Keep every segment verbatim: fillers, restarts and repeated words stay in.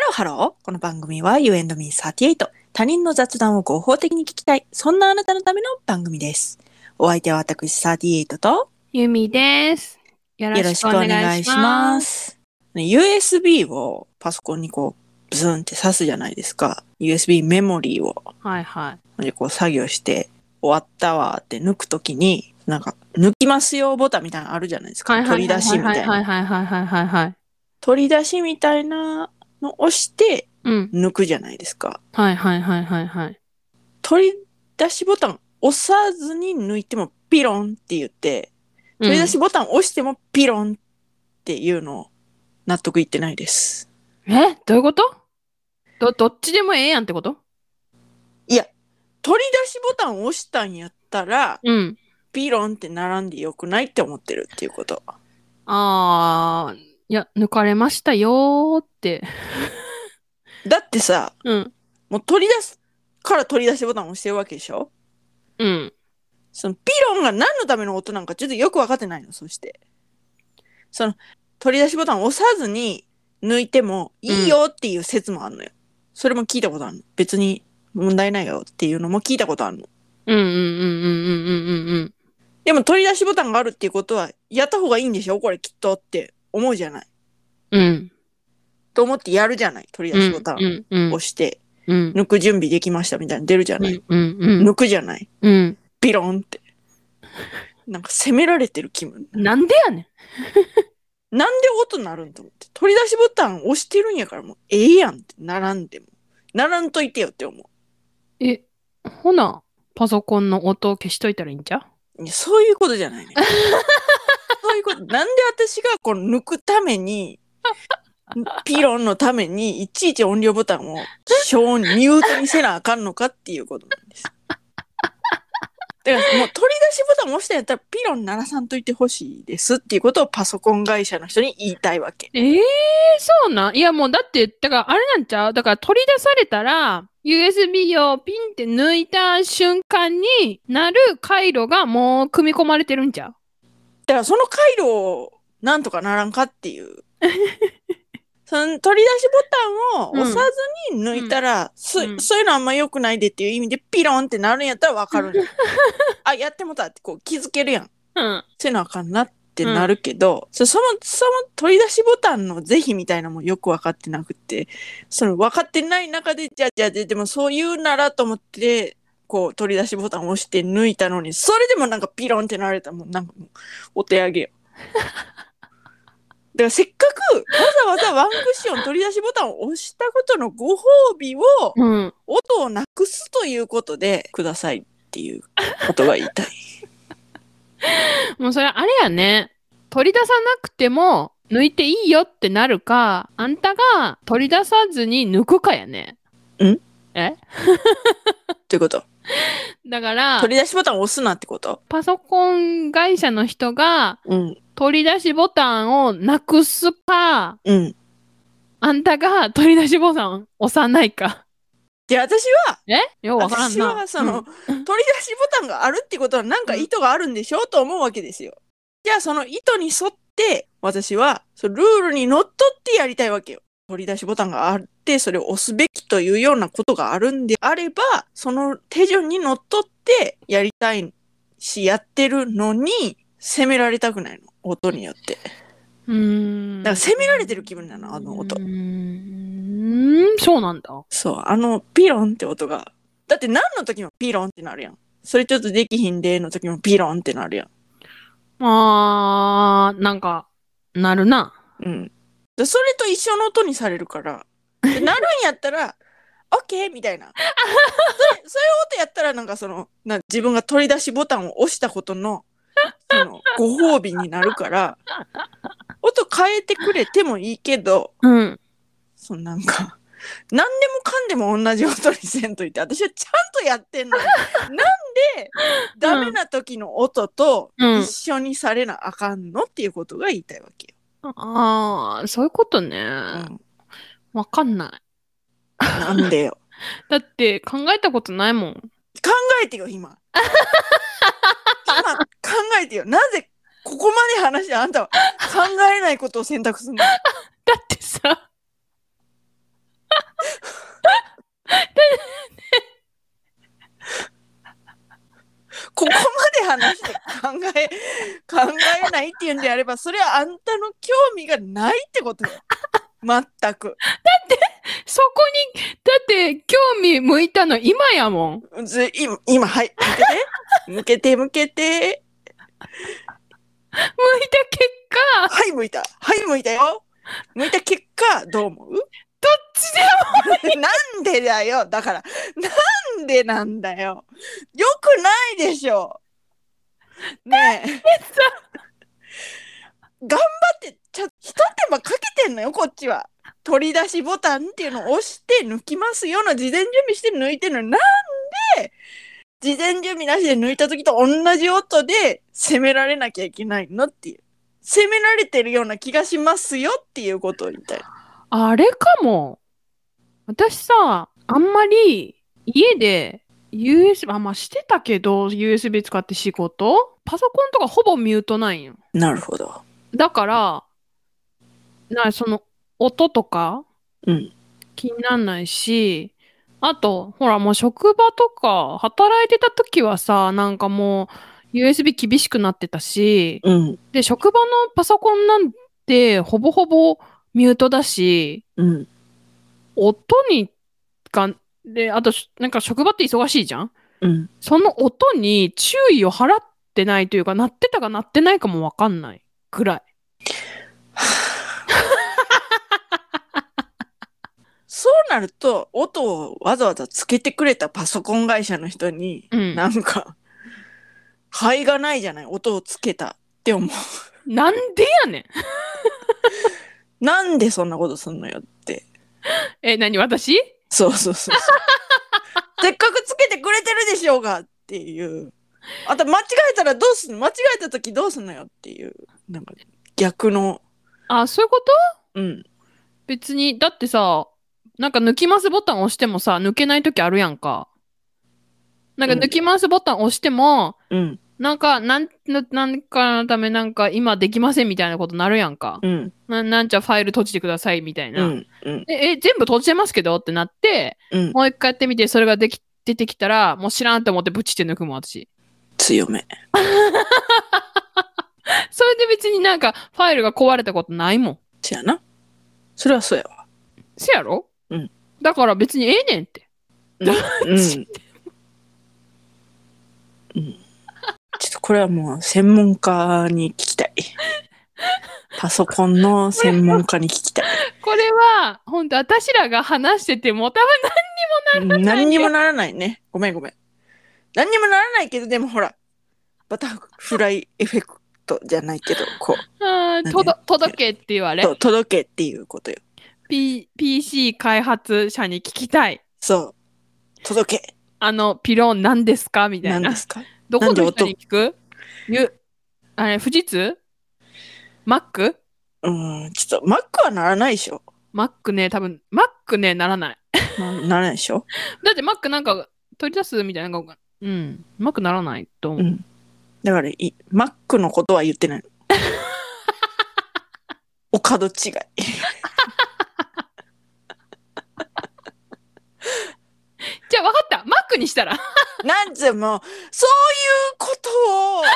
ローハロー。この番組は You and me thirty-eight。他人の雑談を合法的に聞きたい。そんなあなたのための番組です。お相手は私サーティエイトとゆみです。よろしくお願いします。 ユーエスビー をパソコンにこうブズンって挿すじゃないですか。ユーエスビー メモリーを。 はいはい。 でこう作業して終わったわって抜くときになんか抜きますよボタンみたいなのあるじゃないですか。 はいはい取り出しみたいな。 はいはいはいはいはいはい。 取り出しみたいなのを押してうん。 抜くじゃないですか。 はいはいはいはいはい。 取り出しボタン押さずに抜いてもピロンって言って、取り出しボタン押してもピロンっていうの納得いってないです。 えどういうことど、どっちでもええやんってこと？ いや、取り出しボタン押したんやったら、 うん。 ピロンって並んでよくないって思ってるっていうこと。 あー、いや、抜かれましたよーって。 だってさ、 うん。 もう取り出すから取り出しボタン押してるわけでしょ？ うん。 そのピロンが何のための音なんかちょっとよく分かってないの。そしてその取り出しボタンを押さずに抜いてもいいよっていう説もあるのよ、うん、それも聞いたことあるの。別に問題ないよっていうのも聞いたことあるの。 うんうんうんうんうんうんうん。 でも取り出しボタンがあるっていうことはやった方がいいんでしょこれきっとって思うじゃない。 うんと思ってやるじゃない。取り出しボタン押して、 うんうん、 抜く準備できましたみたいに出るじゃない、 うんうんうん、 抜くじゃない、 うん、 ビロンってなんか責められてる気分。 なんでやねんなんで音鳴るんと思って。取り出しボタン押してるんやからもうええやんって並んでも。並んといてよって思う。 え、ほな、パソコンの音を消しといたらいいんちゃう？ いや、そういうことじゃないね。そういうこと。なんで私がこの抜くために、ピロンのためにいちいち音量ボタンを小ミュートにせなあかんのかっていうことなんです。だからもう取り出しボタン押したんやったらピロン鳴らさんといてほしいですっていうことをパソコン会社の人に言いたいわけ。 ええー、そうなん？いやもうだって、だからあれなんちゃう？だから取り出されたら、ユーエスビー をピンって抜いた瞬間になる回路がもう組み込まれてるんちゃう？ だからその回路をなんとかならんかっていう。その取り出しボタンを押さずに抜いたら、うん、そ, そういうのあんま良くないでっていう意味でピロンってなるんやったらわかるんや。あ、やってもたってこう気づけるやん。うん、そういうのあかんなってなるけど、うん、そ, そのその取り出しボタンの是非みたいなのもよく分かってなくて、その分かってない中でじゃあじゃあでもそう言うならと思ってこう取り出しボタンを押して抜いたのに、それでもなんかピロンってなられたらもうなんかもうお手上げよ。だからせっかくわざわざワンクッション取り出しボタンを押したことのご褒美を、うん、音をなくすということでくださいっていうことが言いたい。 もうそれあれやね。取り出さなくても抜いていいよってなるか、あんたが取り出さずに抜くかやね。 ん？ え？ ということ。 だから取り出しボタンを押すなってこと？ パソコン会社の人が、うん、取り出しボタンをなくすか、うん、あんたが取り出しボタンを押さないか。 で、私は、 え？ようわからんな。 私はその、うん、取り出しボタンがあるってことはなんか意図があるんでしょ、うん、と思うわけですよ。じゃあその意図に沿って私はそのルールにのっとってやりたいわけよ。取り出しボタンがあってそれを押すべきというようなことがあるんであれば、その手順にのっとってやりたいしやってるのに責められたくないの、音によって。うーん。だから責められてる気分なの、あの音。うーん、そうなんだ。 そう、あのピロンって音が。だって何の時もピロンってなるやん。それちょっとできひんでの時もピロンってなるやん。 あー、なんか、なるな。 うん。それと一緒の音にされるから。でなるんやったら、オッケーみたいな。それ、そういう音やったらなんかその、な自分が取り出しボタンを押したことの、その、ご褒美になるから、音変えてくれてもいいけど、うん。そのなんか、何でもかんでも同じ音にせんといて、私はちゃんとやってんのに。なんで、ダメな時の音と一緒にされなあかんのっていうことが言いたいわけよ。 ああ、そういうことね。うん。わかんない。 なんでよ。 だって考えたことないもん。 考えてよ、今。今、考えてよ。なぜ、ここまで話してあんたは考えないことを選択するの？だってさ、 話で考え考えないっていうんであれば、それはあんたの興味がないってことよ。全く。 そこに、だって興味向いたの今やもん。 ず今、今はい向けて向けて向けて。 向いた結果、 はい向いたはい向いたよ。向いた結果どう思う？ どっちでもなんでだよ。だからなんでなんだよ。よくないでしょ。ねえ。頑張ってちゃ一手間かけてんのよこっちは。取り出しボタンっていうのを押して抜きますよの事前準備して抜いてるのに、なんで事前準備なしで抜いた時と同じ音で責められなきゃいけないのっていう。責められてるような気がしますよっていうことを言いたい。 あれかも。私さ、あんまり家で ユーエスビー、あ、まあしてたけど、ユーエスビー 使って仕事パソコンとかほぼミュートないんよ。 なるほど。 だから、な、その音とかうん。 気になんないし、あと、ほらもう職場とか働いてた時はさ、なんかもう ユーエスビー 厳しくなってたし、 うん。 で、職場のパソコンなんてほぼほぼミュートだし、 うん。 音にか、で、あと、なんか職場って忙しいじゃん。 うん。 その音に注意を払ってないというか、鳴ってたか鳴ってないかもわかんないくらい。 そうなると音をわざわざつけてくれたパソコン会社の人に、 うん、 なんか甲斐がないじゃない。音をつけたって思う。 なんでやねん。なんでそんなことすんのよって。 え、何私そうそうそうそう。せっかくつけてくれてるでしょうがっていう。あと間違えたらどうすんの？間違えた時どうすんのよっていう。なんか逆の。 あ、そういうこと？ うん。 別に、だってさ、なんか抜きますボタン押してもさ、抜けない時あるやんか。なんか抜きますボタン押しても、 うん。 なんか、なん、ななんかのためなんか今できませんみたいなことなるやんか。 うん。 な、なんちゃファイル閉じてくださいみたいな。 うん。うん。 え、え、全部閉じてますけどってなって、 うん。 もう一回やってみて、それができ、出てきたら、もう知らんって思ってブチって抜くもん、私。 強め。 それで別になんか、ファイルが壊れたことないもん。 そやな。それはそうやわ。 せやろ？ うん。 だから別にええねんって。 うん。うん。うん。ちょっとこれはもう専門家に聞きたい。パソコンの専門家に聞きたい。 これは、ほんと私らが話してても多分何にもならない。 何にもならないね。ごめんごめん。何にもならないけど、でもほら、バタフライエフェクトじゃないけど、こう。 あーとど届けって言われ。 と届けっていうことよ。 P、ピーシー 開発者に聞きたい。 そう。届け。 あの、ピローン何ですかみたいな。 何ですか？ どこの人に聞く？ゆ、あれ、富士通？ Mac？ うん、ちょっと Mac はならないでしょ。 Mac ね、多分、Mac ね、ならない。 な、ならないでしょ。 だって Mac なんか取り出すみたいなのが、うん、Mac ならないと思う。 うん。だからい、Mac のことは言ってないの。お門違い。 じゃあ分かった。Mac にしたら。 なんつうもう、そういうことを、思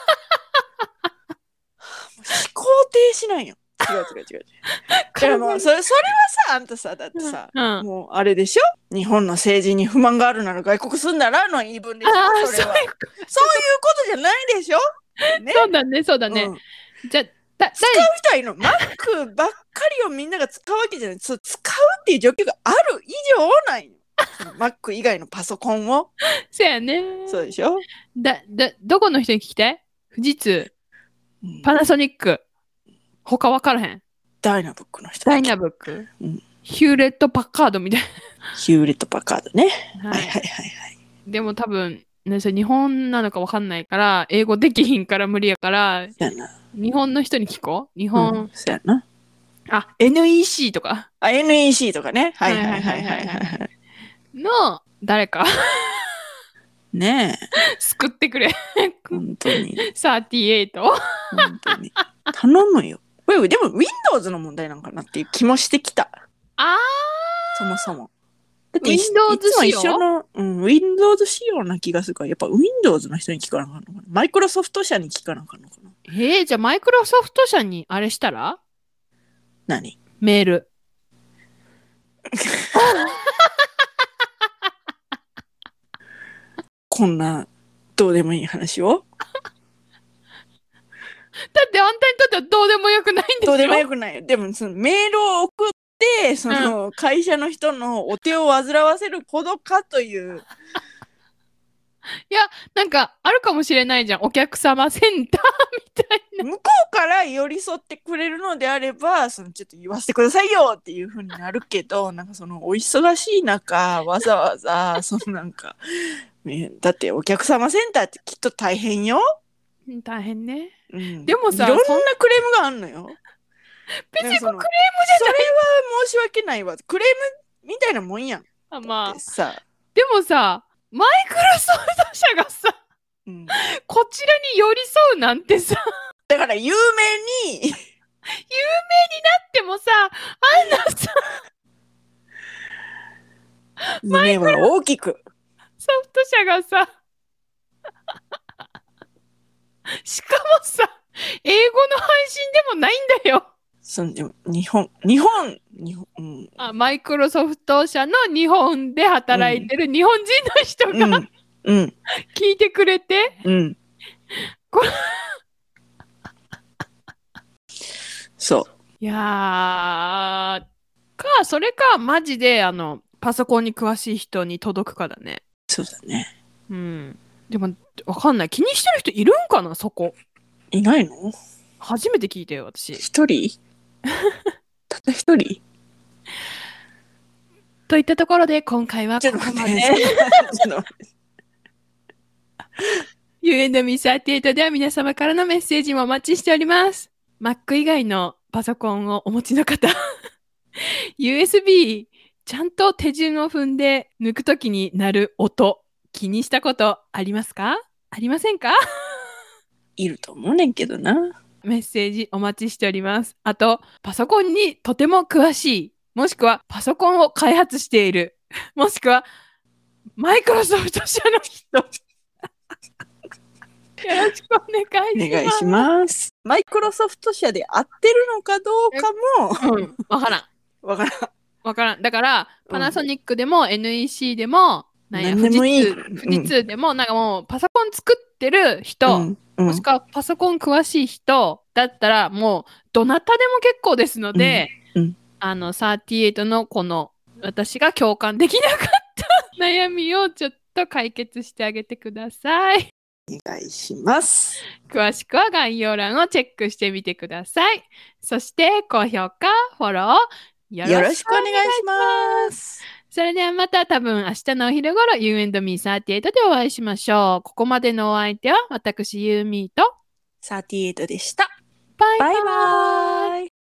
考停止なんよ。違う違う違う違う。いやもうそれ、それはさ、あんたさ、だってさ、 うん、 もうあれでしょ？日本の政治に不満があるなら外国住んだらの言い分でしょ？ あそれは。 そういうこそういうことじゃないでしょ？ね。 そうだね、そうだね。 うん、 じゃあ、だ、 使う人はいいの。Mac ばっかりをみんなが使うわけじゃない。そう、使うっていう状況がある以上ないの。Mac 以外のパソコンを。 そうやね。 そうでしょ？ だ、だ、どこの人に聞きたい？富士通、 うん、 パナソニック、他分からへん。 ダイナブックの人。 ダイナブック、 うん、 ヒューレット・パッカードみたいヒューレット・パカードね。 な。 はいはいはいはい。 でも多分、ね、それ日本なのか分かんないから、英語できひんから無理やから、 やな。 日本の人に聞こう。日本、 うん、そうやな。 あ、エヌイーシー とか。 あ、エヌイーシー とかね。はいはいはいはいはいはい。 の、誰か。 ねえ。 救ってくれ。 本当に。 さんじゅうはち。 本当に。頼むよ。これでも Windows の問題なんかなっていう気もしてきた。 あー。 そもそも。だって Windows いつも一緒の、ううん、Windows 仕様な気がするから、やっぱ Windows の人に聞かなあかんのかな。マイクロソフト社に聞かなあかんのかな。 えー、じゃあマイクロソフト社にあれしたら何メール。 こんな、どうでもいい話をだってあんたにとってはどうでもよくないんでしょ。 どうでもよくないよ。でもそのメールを送って、その会社の人のお手を煩わせるほどかという。 いや、なんかあるかもしれないじゃん。お客様センターみたいな。 向こうから寄り添ってくれるのであれば、そのちょっと言わせてくださいよっていう風になるけど、なんかそのお忙しい中、わざわざ、そのなんか、ね、だってお客様センターってきっと大変よ。 大変ね。 うん、 でもさ、 いろんなクレームがあんのよ。 別にクレームじゃない。 それは申し訳ないわ。クレームみたいなもんやん。 あ、まあ。 さ、 でもさ、マイクロソフト社がさ、うん、こちらに寄り添うなんてさ。 だから有名に、有名になってもさ、あんなさ、 胸は大きく。 ソフト社がさ、しかもさ、英語の配信でもないんだよ。 そんでも日本、日本、日本、うん、 あ、マイクロソフト社の日本で働いてる日本人の人が、うんうん、聞いてくれて、うん、これそう。 いやー、か、それか、マジで、あの、パソコンに詳しい人に届くかだね。 そうだね。 うん。でも、わかんない。気にしてる人いるんかな、そこ。 いないの？ 初めて聞いたよ、私。 一人たった一人といったところで、今回はここまで。ユーエンドミーサーティエイト では皆様からのメッセージもお待ちしております。Mac 以外のパソコンをお持ちの方、ユーエスビー ちゃんと手順を踏んで抜くときに鳴る音、気にしたことありますか？ありませんか？ いると思うねんけどな。 メッセージお待ちしております。あと、パソコンにとても詳しい、もしくはパソコンを開発している、もしくはマイクロソフト社の人。よろしくお願いします。 お願いします。マイクロソフト社で合ってるのかどうかも、 うん、わからん。 わからん。 わからん。だから、パナソニックでも エヌイーシー でも、なんや、富士通、富士通でも、なんかもうパソコン作ってる人、うんうん、もしくはパソコン詳しい人だったら、もうどなたでも結構ですので、うんうん、あの、サーティエイトのこの私が共感できなかった悩みをちょっと解決してあげてください。 お願いします。 詳しくは概要欄をチェックしてみてください。そして、高評価、フォロー、 よろしくお願いします。 それではまた多分明日のお昼頃 You and me サーティエイトでお会いしましょう。ここまでのお相手は私ユーミーとサーティエイトでした。 バイバイ。 バイバイ。